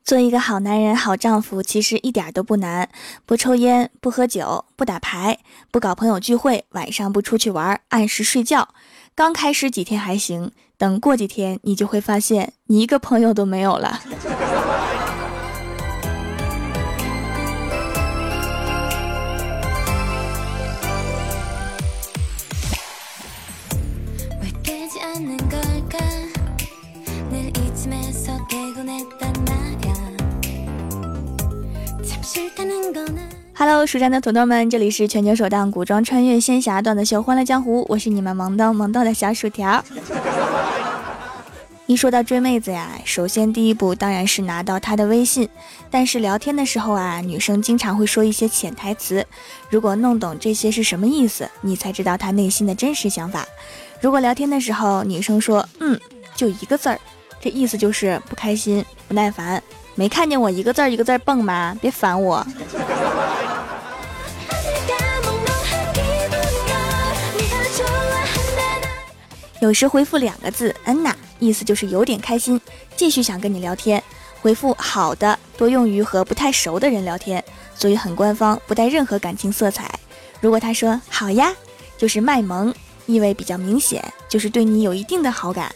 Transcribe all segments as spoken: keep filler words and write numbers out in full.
做一个好男人、好丈夫，其实一点都不难。不抽烟，不喝酒，不打牌，不搞朋友聚会，晚上不出去玩，按时睡觉。刚开始几天还行，等过几天，你就会发现你一个朋友都没有了。Hello， 蜀山的土豆们，这里是全球首档古装穿越仙侠段子秀《欢乐江湖》，我是你们萌逗萌逗的小薯条。一说到追妹子呀，首先第一步当然是拿到她的微信，但是聊天的时候啊，女生经常会说一些潜台词，如果弄懂这些是什么意思，你才知道她内心的真实想法。如果聊天的时候女生说嗯，就一个字儿，这意思就是不开心、不耐烦，没看见我一个字儿一个字儿蹦吗？别烦我。有时回复两个字嗯呐，意思就是有点开心，继续想跟你聊天。回复好的多用于和不太熟的人聊天，所以很官方，不带任何感情色彩。如果他说好呀，就是卖萌，意味比较明显，就是对你有一定的好感。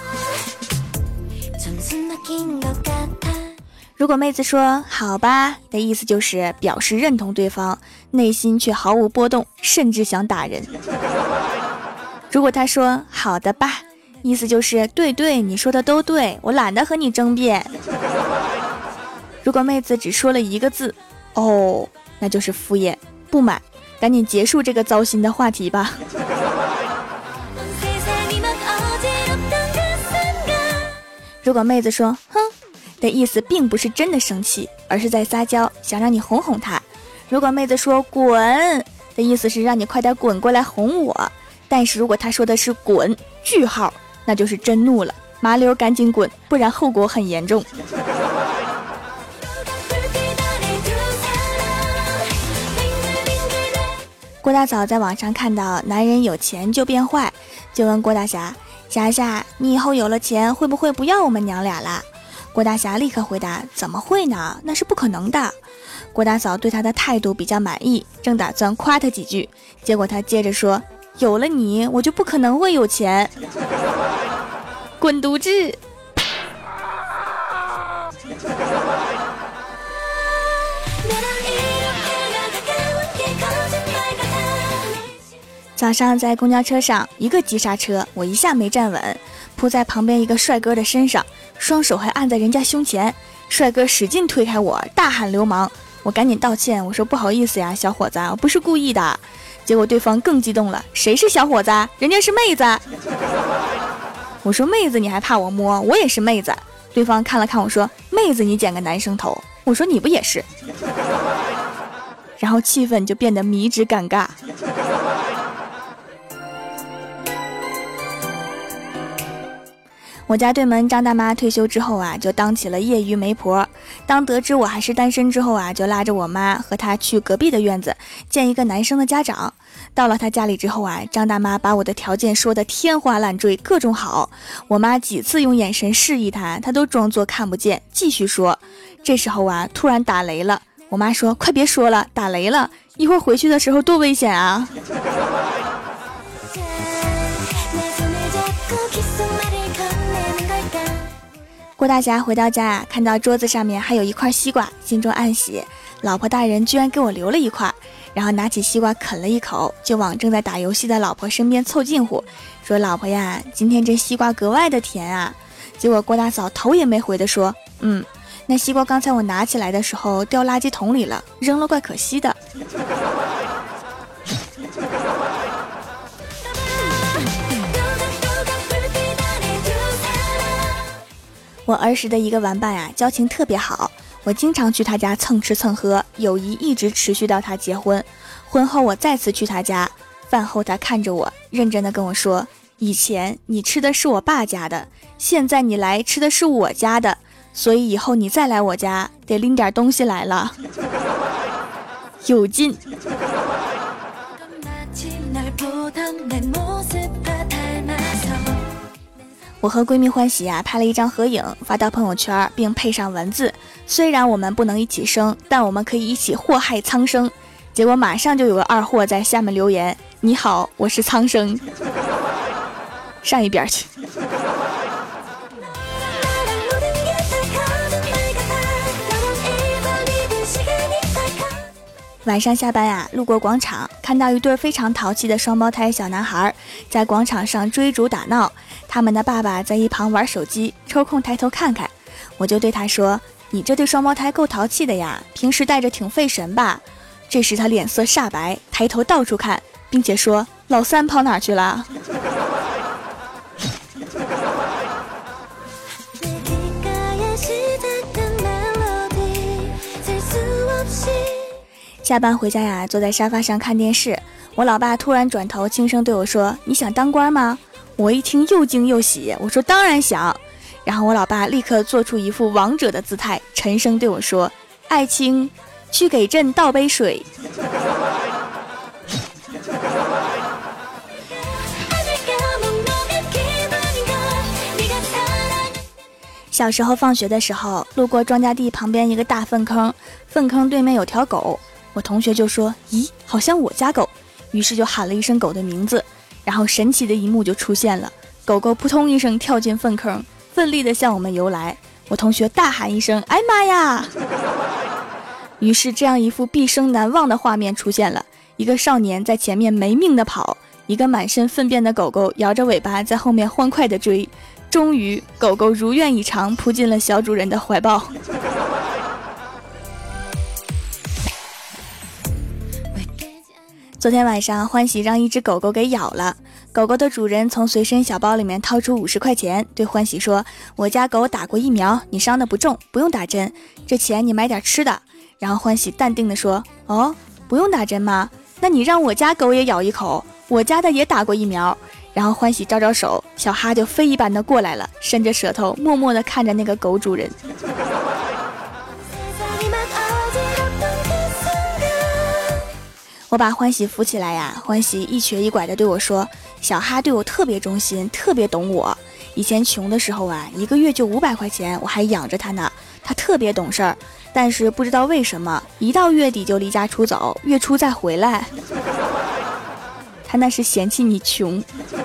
如果妹子说好吧的意思就是表示认同对方，内心却毫无波动，甚至想打人。如果他说好的吧，意思就是对对，你说的都对，我懒得和你争辩。如果妹子只说了一个字哦，那就是敷衍不满，赶紧结束这个糟心的话题吧。如果妹子说哼的意思并不是真的生气，而是在撒娇，想让你哄哄她。如果妹子说滚的意思是让你快点滚过来哄我，但是如果她说的是滚句号，那就是真怒了，麻溜赶紧滚，不然后果很严重。郭大嫂在网上看到男人有钱就变坏，就问郭大侠，霞霞，你以后有了钱会不会不要我们娘俩啦？郭大侠立刻回答，怎么会呢？那是不可能的。郭大嫂对他的态度比较满意，正打算夸他几句，结果他接着说，有了你我就不可能会有钱。滚犊子。早上在公交车上，一个急刹车，我一下没站稳，扑在旁边一个帅哥的身上，双手还按在人家胸前，帅哥使劲推开我，大喊流氓。我赶紧道歉，我说不好意思呀，小伙子，我不是故意的。结果对方更激动了，谁是小伙子？人家是妹子。我说妹子你还怕我摸？我也是妹子。对方看了看我说，妹子你剪个男生头。我说你不也是？然后气氛就变得迷之尴尬。我家对门张大妈退休之后啊，就当起了业余媒婆。当得知我还是单身之后啊，就拉着我妈和她去隔壁的院子见一个男生的家长。到了他家里之后啊，张大妈把我的条件说得天花乱坠，各种好。我妈几次用眼神示意他，他都装作看不见，继续说。这时候啊，突然打雷了。我妈说，快别说了，打雷了，一会儿回去的时候多危险啊。郭大侠回到家，看到桌子上面还有一块西瓜，心中暗喜，老婆大人居然给我留了一块。然后拿起西瓜啃了一口，就往正在打游戏的老婆身边凑近乎，说，老婆呀，今天这西瓜格外的甜啊。结果郭大嫂头也没回的说，嗯，那西瓜刚才我拿起来的时候掉垃圾桶里了，扔了怪可惜的。我儿时的一个玩伴啊，交情特别好，我经常去他家蹭吃蹭喝，友谊一直持续到他结婚。婚后我再次去他家，饭后他看着我，认真的跟我说，以前你吃的是我爸家的，现在你来吃的是我家的，所以以后你再来我家得拎点东西来了。有劲。 我和闺蜜欢喜啊拍了一张合影发到朋友圈，并配上文字：虽然我们不能一起生，但我们可以一起祸害苍生。结果马上就有个二货在下面留言：你好，我是苍生。上一边去。晚上下班啊，路过广场，看到一对非常淘气的双胞胎小男孩在广场上追逐打闹，他们的爸爸在一旁玩手机，抽空抬头看看。我就对他说：你这对双胞胎够淘气的呀，平时带着挺费神吧。这时他脸色煞白，抬头到处看，并且说：老三跑哪去了？下班回家呀，坐在沙发上看电视，我老爸突然转头轻声对我说：你想当官吗？我一听又惊又喜，我说当然想。然后我老爸立刻做出一副王者的姿态，沉声对我说：爱卿，去给朕倒杯水。小时候放学的时候，路过庄稼地旁边一个大粪坑，粪坑对面有条狗，我同学就说：咦，好像我家狗。于是就喊了一声狗的名字，然后神奇的一幕就出现了，狗狗扑通一声跳进粪坑，奋力地向我们游来。我同学大喊一声：哎妈呀！于是这样一副毕生难忘的画面出现了，一个少年在前面没命地跑，一个满身粪便的狗狗摇着尾巴在后面欢快地追，终于狗狗如愿以偿扑进了小主人的怀抱。昨天晚上欢喜让一只狗狗给咬了，狗狗的主人从随身小包里面掏出五十块钱，对欢喜说：我家狗打过疫苗，你伤得不重，不用打针，这钱你买点吃的。然后欢喜淡定地说：哦，不用打针吗？那你让我家狗也咬一口，我家的也打过疫苗。然后欢喜招招手，小哈就飞一般的过来了，伸着舌头默默地看着那个狗主人。我把欢喜扶起来呀，欢喜一瘸一拐的对我说：小哈对我特别忠心，特别懂我。以前穷的时候啊，一个月就五百块钱，我还养着他呢。他特别懂事儿，但是不知道为什么，一到月底就离家出走，月初再回来。他那是嫌弃你穷。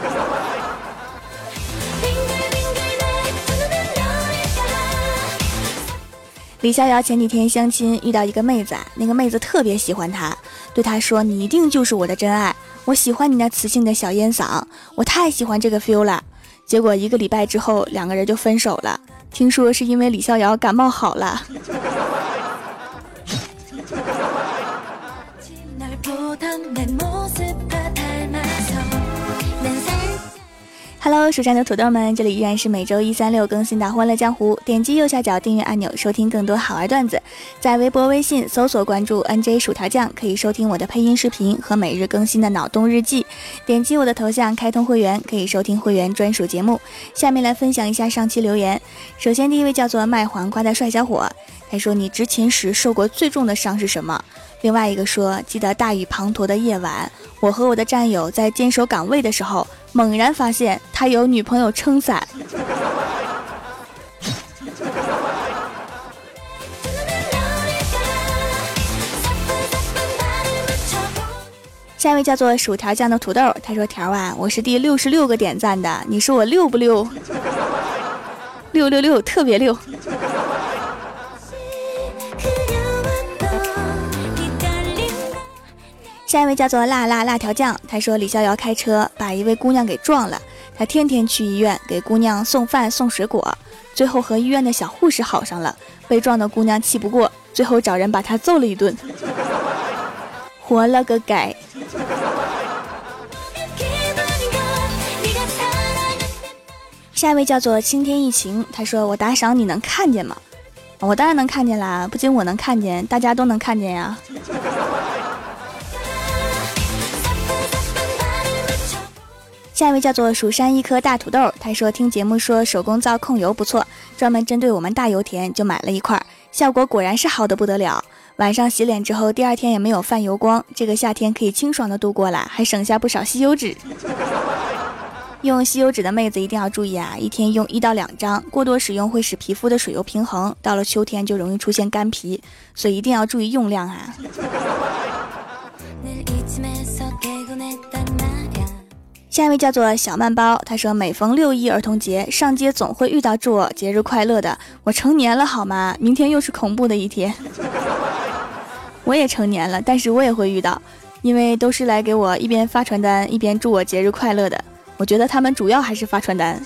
李逍遥前几天相亲遇到一个妹子，那个妹子特别喜欢他，对他说：你一定就是我的真爱，我喜欢你那磁性的小烟嗓，我太喜欢这个 feel 了。结果一个礼拜之后两个人就分手了，听说是因为李逍遥感冒好了。Hello， 蜀山的土豆们，这里依然是每周一、三、六更新的《欢乐江湖》。点击右下角订阅按钮，收听更多好玩段子。在微博、微信搜索关注 N J 薯条酱，可以收听我的配音视频和每日更新的脑洞日记。点击我的头像开通会员，可以收听会员专属节目。下面来分享一下上期留言。首先，第一位叫做卖黄瓜的帅小伙，他说：你执勤时受过最重的伤是什么？另外一个说：记得大雨滂沱的夜晚，我和我的战友在坚守岗位的时候，猛然发现他有女朋友撑伞。下一位叫做薯条酱的土豆，他说：条啊，我是第六十六个点赞的，你说我六不六？六六六，特别六。下一位叫做辣辣辣条酱，他说李逍遥开车把一位姑娘给撞了，他天天去医院给姑娘送饭送水果，最后和医院的小护士好上了，被撞的姑娘气不过，最后找人把他揍了一顿。活了个该。下一位叫做青天一晴，他说我打赏你能看见吗？我当然能看见啦，不仅我能看见，大家都能看见呀。下一位叫做蜀山一颗大土豆，他说听节目说手工皂控油不错，专门针对我们大油田，就买了一块，效果果然是好的不得了。晚上洗脸之后第二天也没有泛油光，这个夏天可以清爽的度过了，还省下不少吸油纸。 用吸油纸的妹子一定要注意啊，一天用一到两张，过多使用会使皮肤的水油平衡，到了秋天就容易出现干皮，所以一定要注意用量啊。下一位叫做小曼包，他说每逢六一儿童节，上街总会遇到祝我节日快乐的。我成年了好吗？明天又是恐怖的一天。我也成年了，但是我也会遇到，因为都是来给我一边发传单一边祝我节日快乐的。我觉得他们主要还是发传单。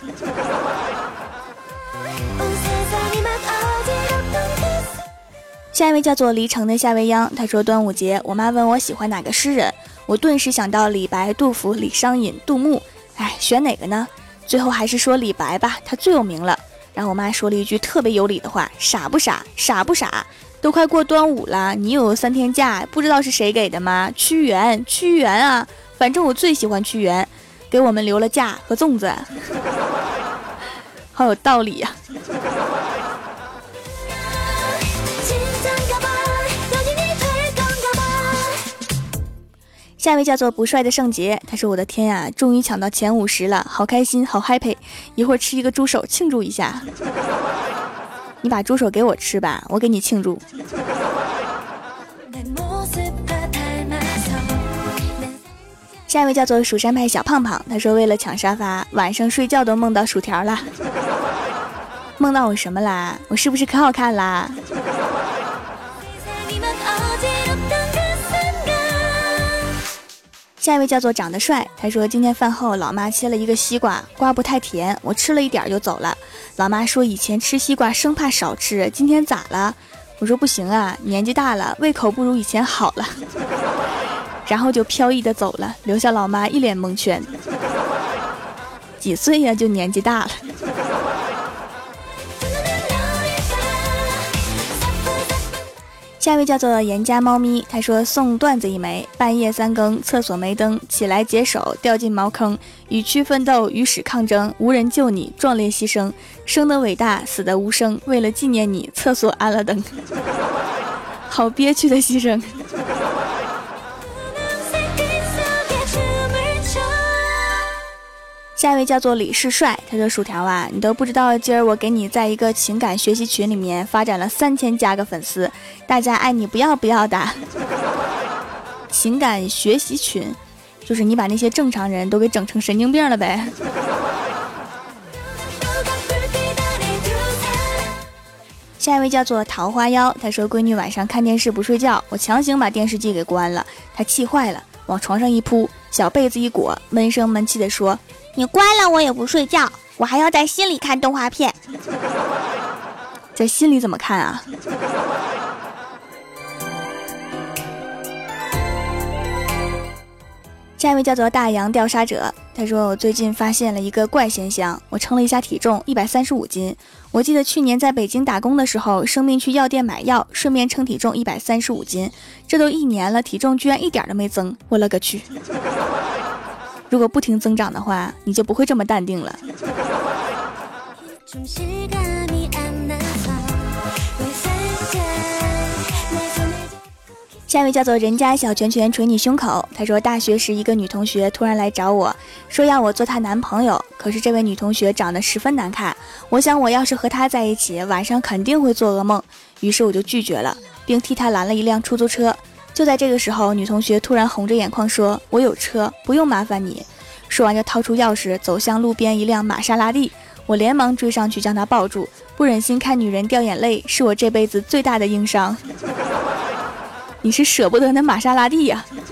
下一位叫做离城的夏未央，他说端午节，我妈问我喜欢哪个诗人，我顿时想到李白、杜甫、李商隐、杜牧，哎，选哪个呢？最后还是说李白吧，他最有名了。然后我妈说了一句特别有理的话，傻不傻？傻不傻？都快过端午了，你有三天假，不知道是谁给的吗？屈原，屈原啊，反正我最喜欢屈原，给我们留了假和粽子，好有道理呀、啊。下一位叫做不帅的圣杰，他说我的天啊，终于抢到前五十了，好开心，好 happy， 一会儿吃一个猪手庆祝一下。你把猪手给我吃吧，我给你庆祝。下一位叫做蜀山派小胖胖，他说为了抢沙发，晚上睡觉都梦到薯条啦。梦到我什么啦？我是不是可好看啦？下一位叫做长得帅，他说今天饭后老妈切了一个西瓜，瓜不太甜，我吃了一点就走了。老妈说以前吃西瓜生怕少吃，今天咋了？我说不行啊，年纪大了，胃口不如以前好了。然后就飘逸的走了，留下老妈一脸蒙圈。几岁呀、啊、就年纪大了。下一位叫做严家猫咪，他说送段子一枚，半夜三更厕所没灯，起来解手掉进茅坑，与区奋斗与史抗争，无人救你壮烈牺牲，生的伟大死的无声，为了纪念你厕所安了灯。好憋屈的牺牲。下一位叫做李世帅，他说薯条啊，你都不知道今儿我给你在一个情感学习群里面发展了三千加个粉丝，大家爱你不要不要的。情感学习群，就是你把那些正常人都给整成神经病了呗。下一位叫做桃花妖，他说闺女晚上看电视不睡觉，我强行把电视机给关了，她气坏了，往床上一扑，小被子一裹，闷声闷气地说，你关了我也不睡觉，我还要在心里看动画片。在心里怎么看啊？下一位叫做大洋调查者，他说我最近发现了一个怪现象，我称了一下体重一百三十五斤，我记得去年在北京打工的时候，生病去药店买药，顺便称体重一百三十五斤，这都一年了，体重居然一点都没增，我勒个去。如果不停增长的话，你就不会这么淡定了。下一位叫做人家小拳拳捶你胸口，他说大学时一个女同学突然来找我说要我做她男朋友，可是这位女同学长得十分难看，我想我要是和她在一起晚上肯定会做噩梦，于是我就拒绝了，并替她拦了一辆出租车。就在这个时候，女同学突然红着眼眶说，我有车，不用麻烦你。说完就掏出钥匙走向路边一辆玛莎拉蒂，我连忙追上去将她抱住，不忍心看女人掉眼泪，是我这辈子最大的硬伤。你是舍不得那玛莎拉蒂呀、啊。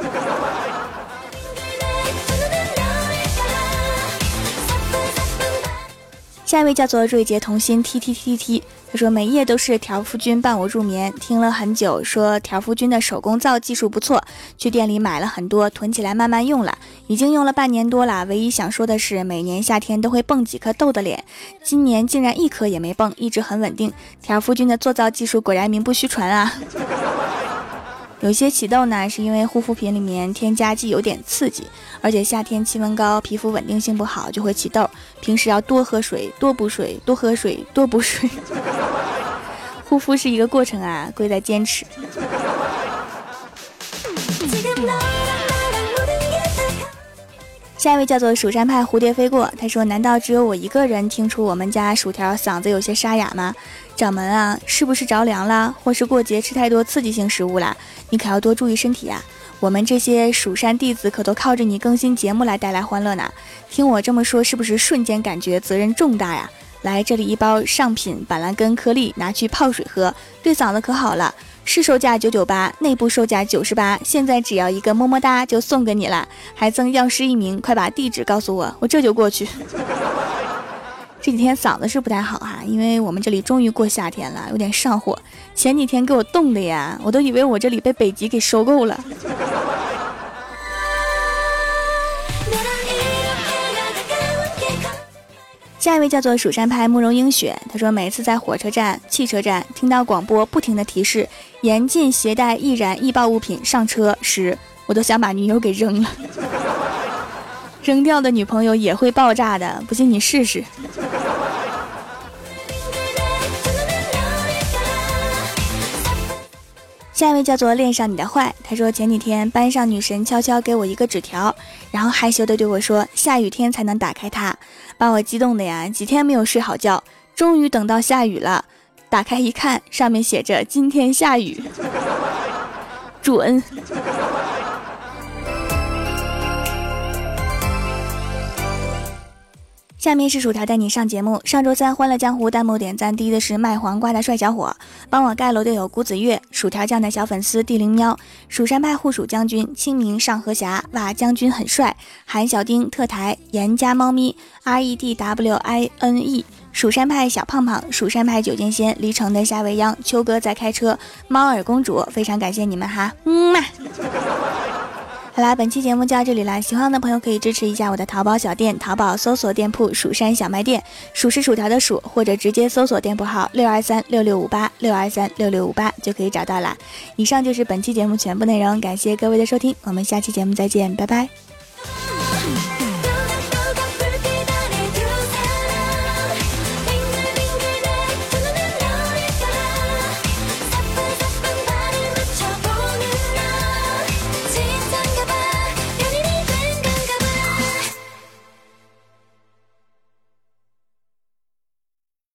下一位叫做瑞杰童心 T T T T， 他说每夜都是条夫君伴我入眠，听了很久，说条夫君的手工皂技术不错，去店里买了很多，囤起来慢慢用了，已经用了半年多了。唯一想说的是，每年夏天都会蹦几颗痘的脸，今年竟然一颗也没蹦，一直很稳定。条夫君的做皂技术果然名不虚传啊。有些起痘呢，是因为护肤品里面添加剂有点刺激，而且夏天气温高，皮肤稳定性不好，就会起痘。平时要多喝水，多补水，多喝水，多补水。护肤是一个过程啊，贵在坚持。 下一位叫做蜀山派蝴蝶飞过，他说难道只有我一个人听出我们家薯条嗓子有些沙哑吗？掌门啊，是不是着凉了，或是过节吃太多刺激性食物啦？你可要多注意身体啊，我们这些蜀山弟子可都靠着你更新节目来带来欢乐呢。听我这么说，是不是瞬间感觉责任重大呀？来，这里一包上品板蓝根颗粒，拿去泡水喝，对嗓子可好了。市售价九九八，内部售价九十八，现在只要一个么么哒就送给你了，还赠药师一名，快把地址告诉我，我这就过去。这几天嗓子是不太好哈、啊，因为我们这里终于过夏天了，有点上火。前几天给我冻的呀，我都以为我这里被北极给收购了。下一位叫做蜀山派慕容英雪，他说每次在火车站、汽车站听到广播不停的提示严禁携带易燃易爆物品上车时，我都想把女友给扔了。扔掉的女朋友也会爆炸的，不信你试试。下一位叫做恋上你的坏，他说前几天班上女神悄悄给我一个纸条，然后害羞的对我说下雨天才能打开它，把我激动的呀，几天没有睡好觉，终于等到下雨了，打开一看，上面写着今天下雨。准。下面是薯条带你上节目。上周三欢乐江湖弹幕点赞第一的是卖黄瓜的帅小伙，帮我盖楼的有古子月、薯条酱的小粉丝地灵喵、蜀山派护蜀将军、清明上河侠、哇将军很帅、韩小丁特台、严家猫咪 R E D W I N E、蜀山派小胖胖、蜀山派九剑仙、离城的夏未央、秋哥在开车、猫耳公主，非常感谢你们哈，嗯嘛。好啦，本期节目就到这里啦，喜欢的朋友可以支持一下我的淘宝小店，淘宝搜索店铺蜀山小卖店，蜀是薯条的蜀，或者直接搜索店铺号六二三六六五八六二三六六五八就可以找到啦。以上就是本期节目全部内容，感谢各位的收听，我们下期节目再见，拜拜。